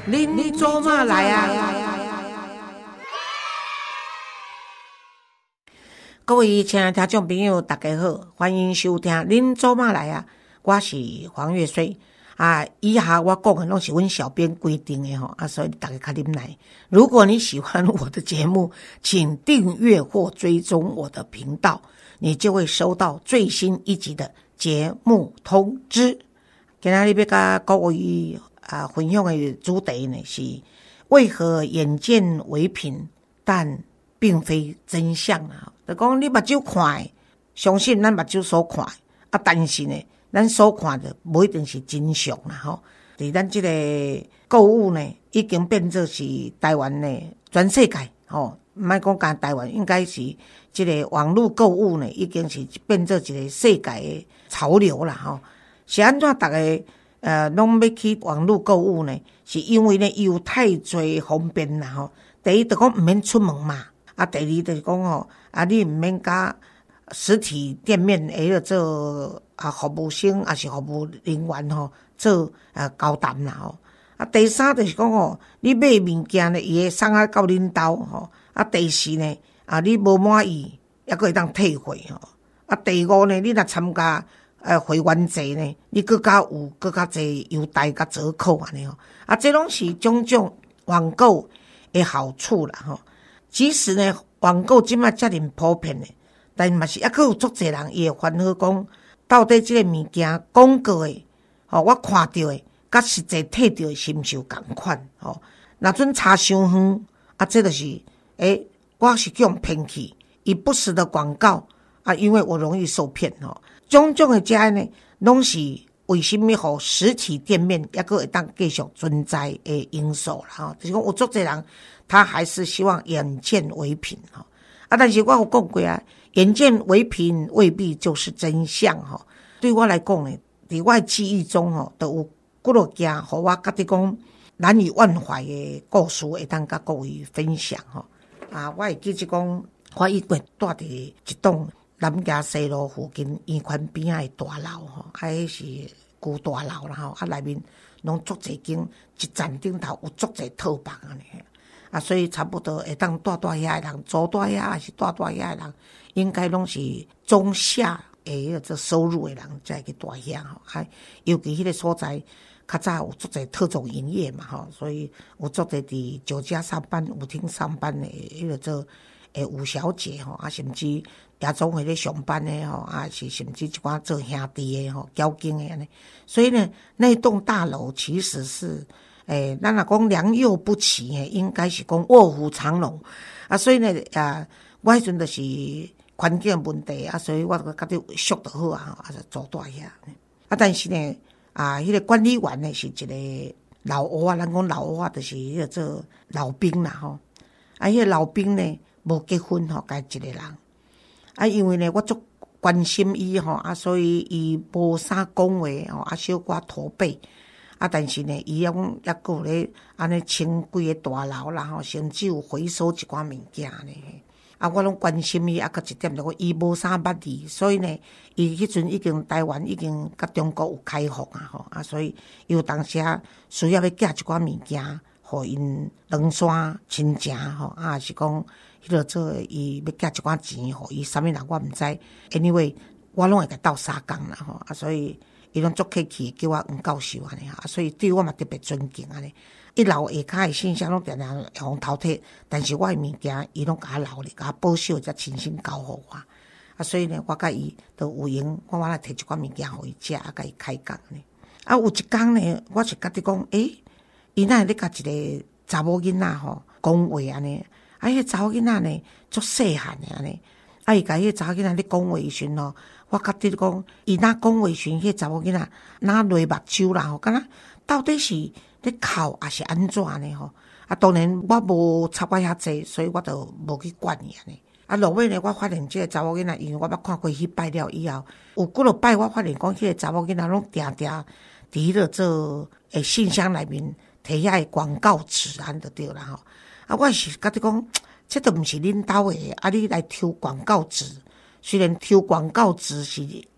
恁做嘛来啊？各位亲爱的听众朋友，大家好，欢迎收听恁做嘛来啊！我是黄月水啊。以下我讲的拢是阮小编规定的吼啊，所以大家较忍耐。如果你喜欢我的节目，请订阅或追踪我的频道，你就会收到最新一集的节目通知。今天要甲各位分享的主题呢是为何眼见为凭，但并非真相啊！就讲你目睭看的，相信咱目睭所看的啊，但是呢，咱所看的不一定是真相啦吼。伫咱这个购物呢，已经变作是台湾呢全世界吼，唔莫讲干台湾，应该是这个网络购物呢，已经是变作一个世界的潮流啦吼。是安怎大家拢要去网络购物呢？是因为呢，伊有太侪方便啦吼。第一就讲唔免出门嘛。第二就是讲吼，你唔免甲实体店面的做服務生还是服務人員吼做交談啦吼。第三就是講吼，你買物件呢，伊會送到恁兜吼。第四呢，你無滿意，也閣會當退貨吼。第五呢，你若參加會員制呢，你閣較有閣較濟優待甲折扣安尼吼。這攏是種種網購的好處啦吼。其實呢，網購即擺遮爾普遍的，但嘛是抑閣有足濟人伊會煩惱講，到底即個物件廣告的，我看到的，甲實際摕到的是毋是有共款？若陣差傷遠，這就是我是叫人騙去，伊不實的廣告因為我容易受騙種種的遮呢，攏是為什麼互實體店面抑閣會當繼續存在的因素啦就是講有足濟人。他還是希望眼見為憑但是我有講過眼見為憑未必就是真相對我來講呢，在我的記憶中都有幾落件和我覺得講難以忘懷的故事會當甲各位分享我會記得講我以前住在一棟南京西路附近圓環邊的大樓還是舊大樓啦內面攏足濟間一層頂頭有足濟套房所以差不多會當住遐的人，租住遐還是住遐的人，應該攏是中下的這收入的人才會去住遐尤其迄個所在，較早有足濟特種營業嘛所以有足濟佇酒家上班、舞廳上班的迄個做吳小姐甚至夜總會咧上班的是甚至一寡做兄弟的交警的安尼，所以呢，那棟大樓其實是。咱若講良莠不齊應該是講臥虎藏龍所以呢我迄陣就是環境問題所以我就覺得俗就好就做大遐但是呢迄個管理員呢是一個老烏咱講老烏就是迄個做老兵啦迄個老兵呢無結婚家一個人因為呢我足關心伊所以伊無啥講話小可駝背但是呢，伊還閣咧安尼清規個大樓啦甚至有回收一寡物件呢我攏關心伊閣一點就講伊無啥捌字，所以呢，伊迄陣已經台灣已經甲中國有開放所以伊有當時需要寄一寡物件，互因兩山親情是講迄個做伊要寄一寡錢，互伊啥物人我毋知 ，anyway 我攏會甲鬥相共啦所以。伊攏足客氣，叫我黃教授安尼所以對我嘛特別尊敬安尼。一樓下骹的信箱攏定定互淘汰，但是我的物件伊攏甲我留咧，甲我保守，才親身交互我所以呢，我甲伊都有閒，我來摕一寡物件互伊食甲伊開講呢有一工呢，我是覺得講伊哪會咧甲一個查某囡仔講話安尼迄個查某囡仔呢足細漢的安尼伊甲迄個查某囡仔咧講話時我覺得講，伊哪講話時，迄個查某囡仔哪淚目睭啦敢若到底是咧哭還是安怎呢當然我無插我遐濟，所以我就無去管伊安尼落尾呢，我發現即個查某囡仔，因為我捌看過迄擺了以後，有幾落擺我發現講，迄個查某囡仔攏定定佇迄個做信箱內面摕遐個廣告紙安就對啦我是覺得講，這都毋是恁兜的你來抽廣告紙。雖然抽廣告紙是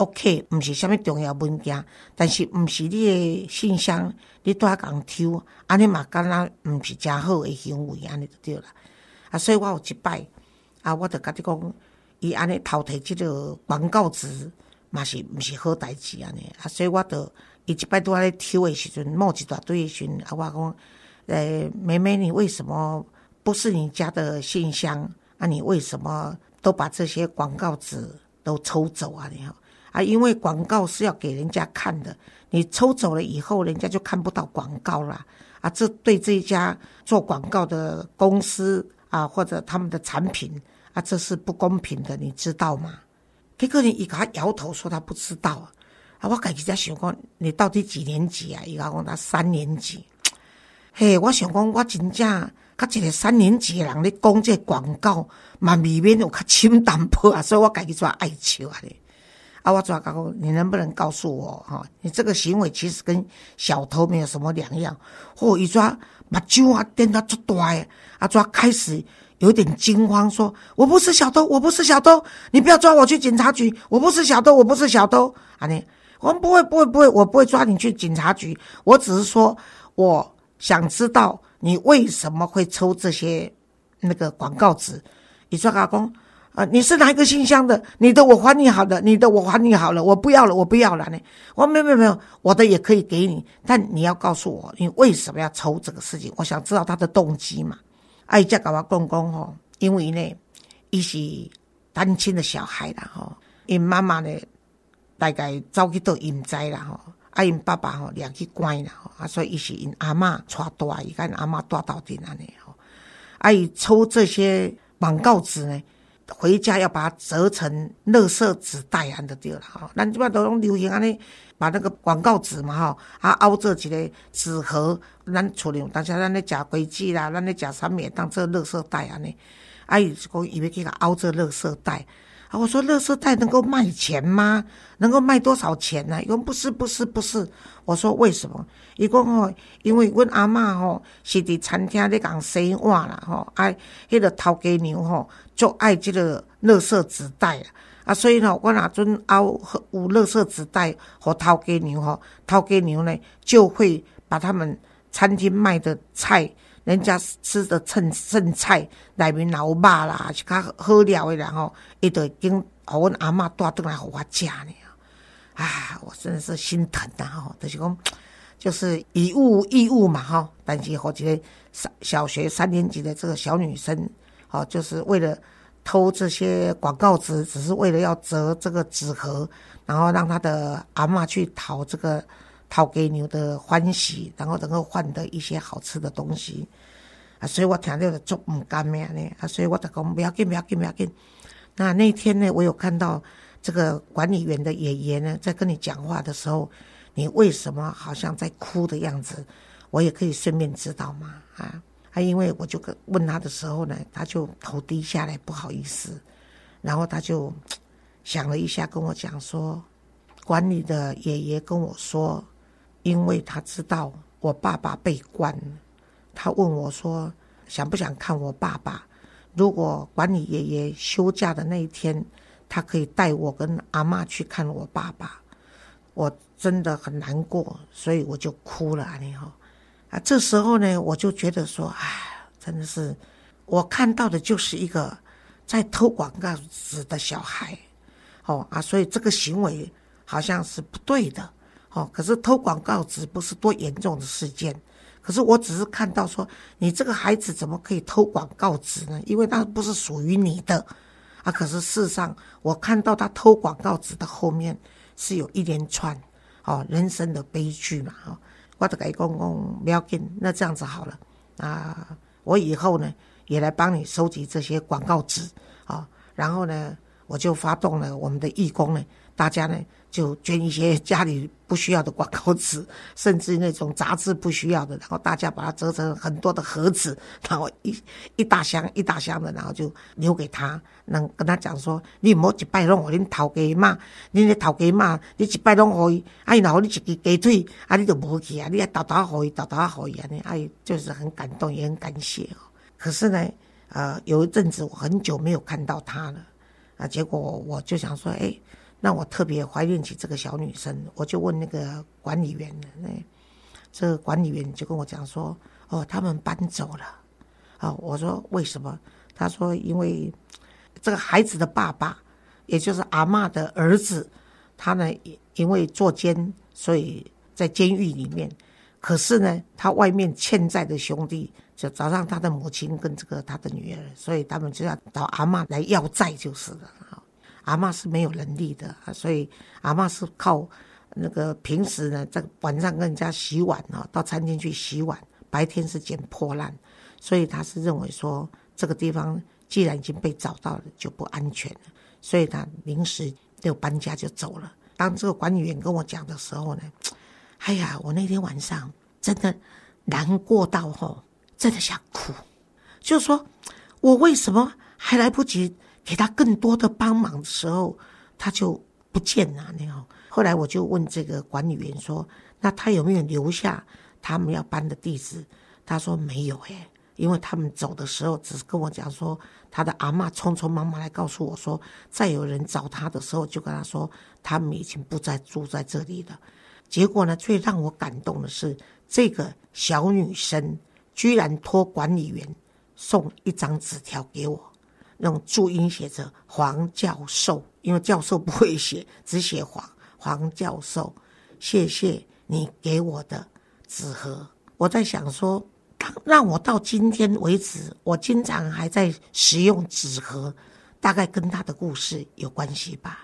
OK， 不是什么重要物件，但是不是你的信箱你都要讲抽，安尼嘛敢若不是真好的行为，安尼就对了。啊，所以我有一摆啊，我就甲你讲，伊安尼偷摕这个广告词嘛是不是好代志安尼啊？所以我就伊一摆拄仔咧抽的时阵，冒一大堆的时阵，啊，我讲，妹妹，你为什么不是你家的信箱啊？你为什么都把这些广告纸都抽走啊？你啊，因为广告是要给人家看的，你抽走了以后，人家就看不到广告啦。啊，这对这一家做广告的公司啊，或者他们的产品啊，这是不公平的，你知道吗？结果伊甲他摇头说他不知道啊。我家己在想讲，你到底几年级啊？伊甲讲他3年级。嘿，我想讲，我真正甲一个3年级的人咧讲这广告，嘛未免有较深淡薄啊，所以我家己就爱笑啊咧。啊，我就讲，你能不能告诉我哈，你这个行为其实跟小偷没有什么两样？或一抓目睭啊瞪到足大的，啊抓开始有点惊慌，说我不是小偷，我不是小偷，你不要抓我去警察局，我不是小偷，我不是小偷。啊你，我不会，我不会抓你去警察局，我只是说我想知道你为什么会抽这些那个广告纸。你说阿公。你是哪一个信箱的？你的我还你好了，你的我还你好了，我不要了呢。我没有，我的也可以给你，但你要告诉我，你为什么要抽这个事情？我想知道他的动机嘛。伊才跟我讲吼，因为呢，伊是单亲的小孩啦吼，因妈妈呢大概走去倒伊唔知啦吼，啊因爸爸吼掠去关啦吼，啊所以伊是因阿嬷带大，伊跟阿嬷带到底安尼吼，啊伊抽这些广告纸呢。回家要把它折成垃圾纸袋安就对了哈，咱这边都用流行安尼，把那个广告纸嘛哈，啊凹做一个纸盒，咱厝里当下咱咧食鸡子啦，咱咧食啥物当做垃圾袋安尼，啊伊是讲伊要去甲凹做垃圾袋。啊，我说垃圾袋能够卖钱吗？能够卖多少钱呢？伊讲不是。我说为什么？伊讲吼，因为阮阿嬷吼是伫餐厅咧共洗碗啦吼，啊，迄个头家娘吼就爱这个垃圾纸袋啊，所以呢，我若准凹有垃圾纸袋和头家娘吼，头家娘呢就会把他们餐厅卖的菜。人家吃的剩菜内面老肉啦，是较好料的啦吼，伊就已经互阮阿嬷带回来互我食呢。啊，我真的是心疼呐吼，就是讲，就是以物易物嘛吼，但是互一个小学3年级的这个小女生，哦，就是为了偷这些广告纸，只是为了要折这个纸盒，然后让她的阿嬷去讨这个。讨给牛的欢喜，然后能够换得一些好吃的东西啊，所以我听到就足不甘咩呢啊，所以我就讲不要紧。那天呢，我有看到这个管理员的爷爷呢，在跟你讲话的时候，你为什么好像在哭的样子？我也可以顺便知道吗？因为我就问他的时候呢，他就头低下来，不好意思，然后他就想了一下，跟我讲说，管理的爷爷跟我说。因为他知道我爸爸被关，他问我说想不想看我爸爸，如果管理爷爷休假的那一天，他可以带我跟阿嬷去看我爸爸。我真的很难过，所以我就哭了这时候呢，我就觉得说真的是我看到的就是一个在偷广告纸的小孩所以这个行为好像是不对的可是偷广告纸不是多严重的事件，可是我只是看到说，你这个孩子怎么可以偷广告纸呢？因为那不是属于你的可是事实上，我看到他偷广告纸的后面是有一连串人生的悲剧嘛我就跟他说不要紧，那这样子好了我以后呢也来帮你收集这些广告纸然后呢，我就发动了我们的义工呢，大家呢就捐一些家里不需要的广告纸，甚至那种杂志不需要的，然后大家把它折成很多的盒子，然后一大箱一大箱的，然后就留给他，能跟他讲说，你唔好一摆拢互恁头家骂，恁的头家骂，你一摆拢互伊，然后你一支鸡腿，你就无去你还倒互伊，倒互伊就是很感动，也很感谢可是呢，有一阵子我很久没有看到他了结果我就想说， 让我特别怀念起这个小女生。我就问那个管理员，这个管理员就跟我讲说，他们搬走了。我说为什么？他说因为这个孩子的爸爸，也就是阿嬷的儿子，他呢因为坐监，所以在监狱里面。可是呢，他外面欠债的兄弟就找上他的母亲跟这个他的女儿，所以他们就要找阿嬷来要债就是了。阿嬷是没有能力的，所以阿嬷是靠那个平时呢，在晚上跟人家洗碗到餐厅去洗碗，白天是捡破烂，所以他是认为说这个地方既然已经被找到了，就不安全了，所以他临时就搬家就走了。当这个管理员跟我讲的时候呢，哎呀，我那天晚上真的难过到真的想哭，就是说我为什么还来不及给他更多的帮忙的时候，他就不见了呢？后来我就问这个管理员说，那他有没有留下他们要搬的地址？他说没有因为他们走的时候只是跟我讲说，他的阿嬷匆匆忙忙来告诉我说，再有人找他的时候就跟他说，他们已经不再住在这里了。结果呢，最让我感动的是，这个小女生居然托管理员送一张纸条给我，用注音写着黄教授，因为教授不会写，只写黄教授，谢谢你给我的纸盒。我在想说，让我到今天为止，我经常还在使用纸盒，大概跟他的故事有关系吧。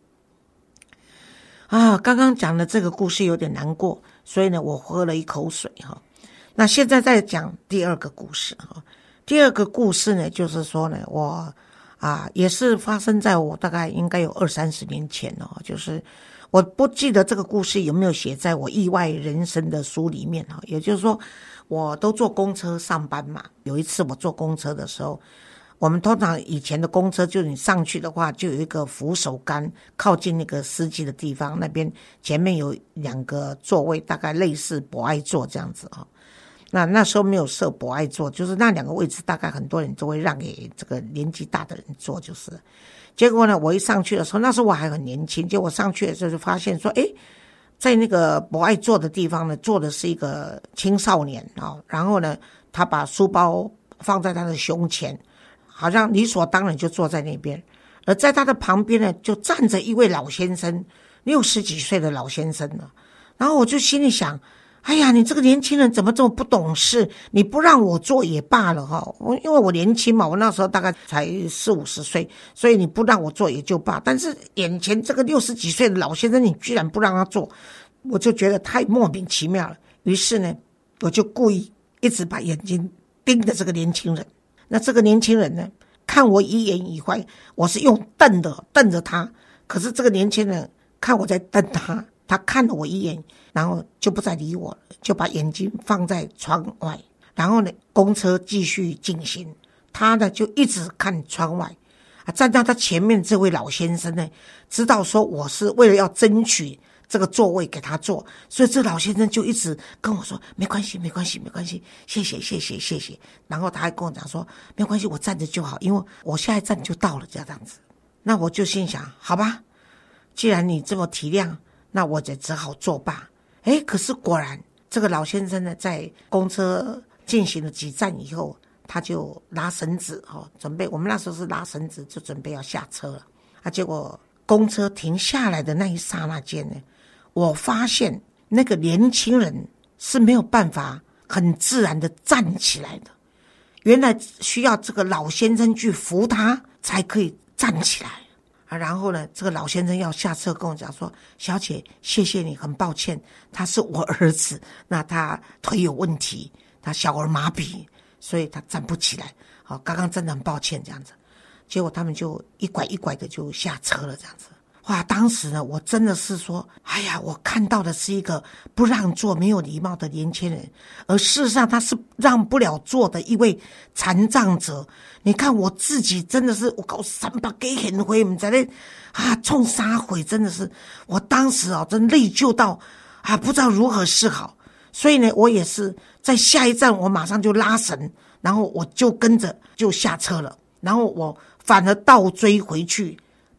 刚刚讲的这个故事有点难过，所以呢，我喝了一口水那现在再讲第二个故事第二个故事呢，就是说呢，我也是发生在我大概应该有20-30年前就是我不记得这个故事有没有写在我意外人生的书里面也就是说，我都坐公车上班嘛。有一次我坐公车的时候，我们通常以前的公车，就是你上去的话，就有一个扶手杆靠近那个司机的地方，那边前面有2个座位，大概类似博爱座这样子那时候没有设博爱座，就是那2个位置大概很多人都会让给这个年纪大的人坐就是了。结果呢，我一上去的时候，那时候我还很年轻，结果上去的时候就发现说，在那个博爱座的地方呢，坐的是一个青少年然后呢，他把书包放在他的胸前，好像理所当然就坐在那边。而在他的旁边呢，就站着一位老先生，60几岁的老先生了。然后我就心里想，哎呀，你这个年轻人怎么这么不懂事？你不让我做也罢了因为我年轻嘛，我那时候大概才40-50岁，所以你不让我做也就罢。但是眼前这个60几岁的老先生，你居然不让他做，我就觉得太莫名其妙了。于是呢，我就故意一直把眼睛盯着这个年轻人。那这个年轻人呢，看我一眼以外，我是用瞪着他，可是这个年轻人看我在瞪他，他看了我一眼，然后就不再理我了，就把眼睛放在窗外。然后呢，公车继续进行，他呢就一直看窗外站到他前面这位老先生呢，知道说我是为了要争取这个座位给他坐，所以这老先生就一直跟我说没关系，谢谢。然后他还跟我讲说没关系，我站着就好，因为我下一站就到了这样子。那我就心想，好吧，既然你这么体谅，那我就只好作罢。可是果然这个老先生呢，在公车进行了几站以后，他就拉绳子准备，我们那时候是拉绳子就准备要下车了结果公车停下来的那一刹那间呢，我发现那个年轻人是没有办法很自然的站起来的，原来需要这个老先生去扶他才可以站起来然后呢，这个老先生要下车跟我讲说，小姐谢谢你，很抱歉，他是我儿子，那他腿有问题，他小儿麻痹，所以他站不起来刚刚真的很抱歉这样子。结果他们就一拐一拐的就下车了这样子。哇，当时呢，我真的是说，哎呀，我看到的是一个不让座没有礼貌的年轻人，而事实上他是让不了座的一位残障者。你看我自己真的是，我搞300几现回，不知道冲啥回，真的是，我当时真内疚到不知道如何是好。所以呢，我也是在下一站我马上就拉绳，然后我就跟着就下车了，然后我反而倒追回去，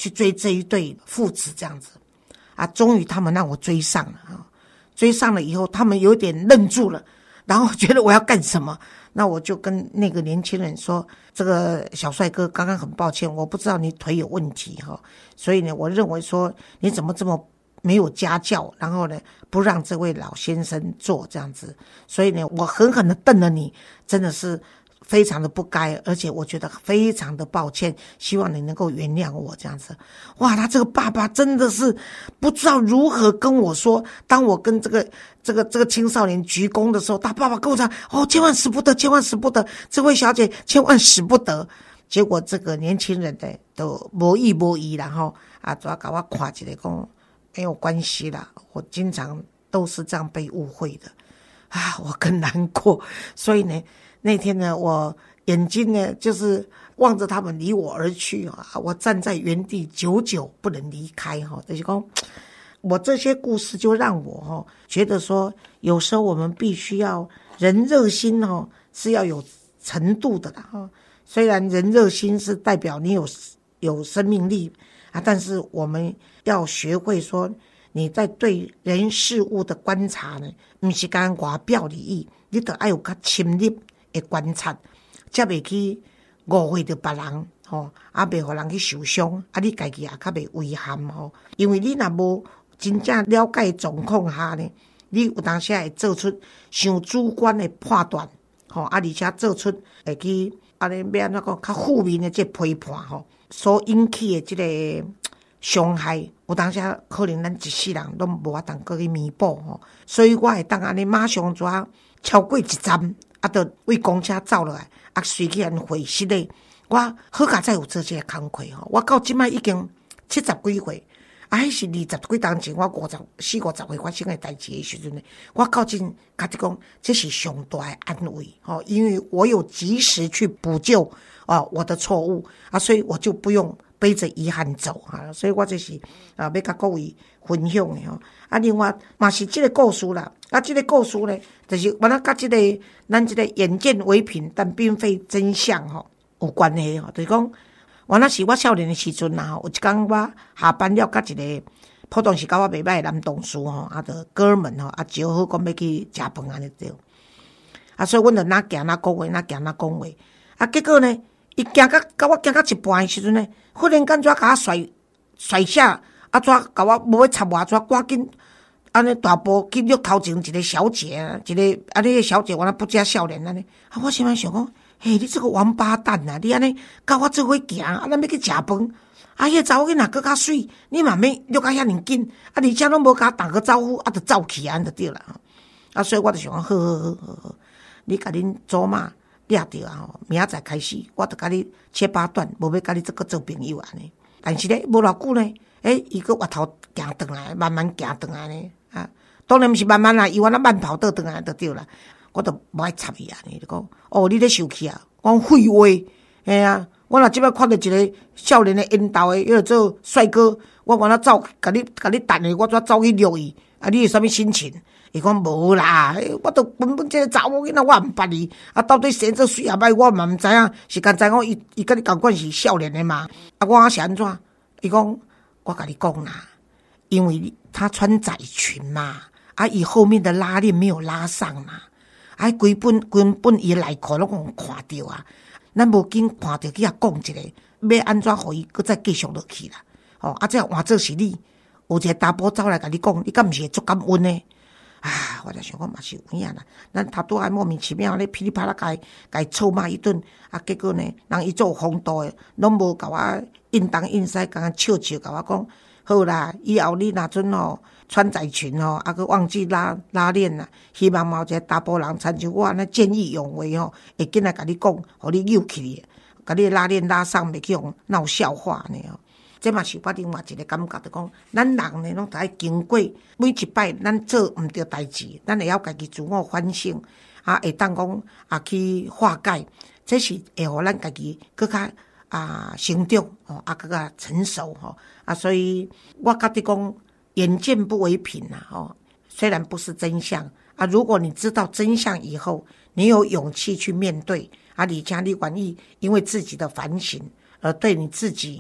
去追这一对父子这样子啊。终于他们让我追上了啊，追上了以后，他们有点愣住了，然后觉得我要干什么。那我就跟那个年轻人说，这个小帅哥，刚刚很抱歉，我不知道你腿有问题哈，所以呢，我认为说你怎么这么没有家教，然后呢不让这位老先生做这样子，所以呢我狠狠的瞪了你，真的是非常的不该，而且我觉得非常的抱歉，希望你能够原谅我这样子。哇，他这个爸爸真的是不知道如何跟我说，当我跟这个青少年鞠躬的时候，他爸爸跟我讲，哦，千万使不得，千万使不得，这位小姐千万使不得。结果这个年轻人呢都没意没意，然后啊主要给我看一个说没有关系啦，我经常都是这样被误会的啊，我更难过。所以呢那天呢，我眼睛呢就是望着他们离我而去啊，我站在原地久久不能离开哈。就是说，我这些故事就让我觉得说，有时候我们必须要人热心是要有程度的啦哈。虽然人热心是代表你有生命力啊，但是我们要学会说，你在对人事物的观察呢，不是讲外表利益，你得要有较深入的观察，才袂去误会到别人啊，袂互人去受伤啊，你家己也较袂危害因为你若无真正了解状况下呢，你有当时会做出伤主观的判断啊，而且做出会去安尼要安怎讲较负面的这批判所引起的这个伤害，有当时可能咱一世人拢无法当去弥补所以我会当安尼马上就超过一站啊，就为公车走落来啊，随去安会室内，我好佳才有做这个工课我到即摆已经70几岁啊，迄是20几当前我50岁发生的代志的时阵呢，我到今家己讲，这是上大的安慰因为我有及时去补救我的错误啊，所以我就不用背着遗憾走所以我就是要甲各位分享的啊，另外嘛是这个故事啦啊，这个故事呢，就是完了甲这个咱这个眼见为凭，但并非真相有关系就是讲。那是我少年的时阵啦有一天我下班了，甲一个普通是甲我袂歹的男同事啊，就哥们啊，招好讲要去食饭安尼对啊，所以阮就哪行哪讲话，哪行哪讲话啊，结果呢，伊行甲我行到一半的时阵呢，忽然间怎甲我甩下啊，怎甲我无要插我，怎赶紧安尼大步去约头前一个小姐，一个安尼个小姐，我那不加少年安尼啊，我心内想讲。嘿，你这个王八蛋啊！你安尼甲我做伙行啊，咱要去食饭。啊，迄个查某囡仔搁较水，你嘛免约甲遐尼紧，啊，而且拢无甲打个招呼，啊，就走去安就对了啊。所以我就想讲，好，你甲恁祖妈抓着明仔载开始，我就甲你切八段，无要甲你这个做朋友安尼。但是咧，无偌久呢，伊个回头行转来，慢慢行转来呢啊。当然毋是慢慢啦，伊原来慢跑倒转来就对了。我都无爱插伊安尼，就讲哦，你咧生气啊？我讲废话，嘿啊！我若即摆看到一个少年的缘投的，迄个做帅哥，我原来走，甲你等的，我怎走去撩伊？啊，你有啥物心情？伊讲无啦，我都根本这个查某囡仔我也毋捌伊，啊，到底生做水也歹，我嘛毋知影，是敢知讲伊甲你共款是少年的嘛？啊，我是安怎？伊讲我甲你讲啦，因为他穿窄裙嘛，啊，伊后面的拉链没有拉上嘛。规本伊内裤拢互看着啊！咱无紧看着去遐讲一个，要安怎互伊搁再继续落去啦？啊，这换做是你，有一个查甫走来甲你讲，你敢毋是会足感恩呢？啊，我就想讲嘛是有影啦。咱头拄还莫名其妙咧噼里啪啦甲伊臭骂一顿，啊，结果呢，人伊做有风度的，拢无甲我应东应西，甲笑甲我讲，好啦，以后你若准穿窄裙啊，佮忘记拉链啦。希望某一个查甫人参像我安尼见义勇为会紧来甲你讲，互你扭起你，甲你拉链拉上，袂去用闹笑话呢这嘛是我另外一个感觉，就讲咱人呢，拢得经过每一摆咱做毋对代志，咱会晓家己自我反省，啊，会当讲去化解，这是会互咱家己更较成长更较成熟所以我觉得讲。眼见不为凭虽然不是真相如果你知道真相以后，你有勇气去面对而且你愿意因为自己的反省而对你自己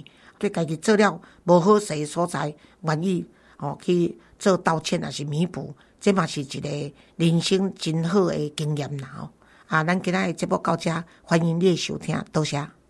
对家己做了无好势的所在，愿意去做道歉也是弥补，这嘛是一个人生真好的经验啦。咱今仔的节目到这，欢迎你的收听，多谢。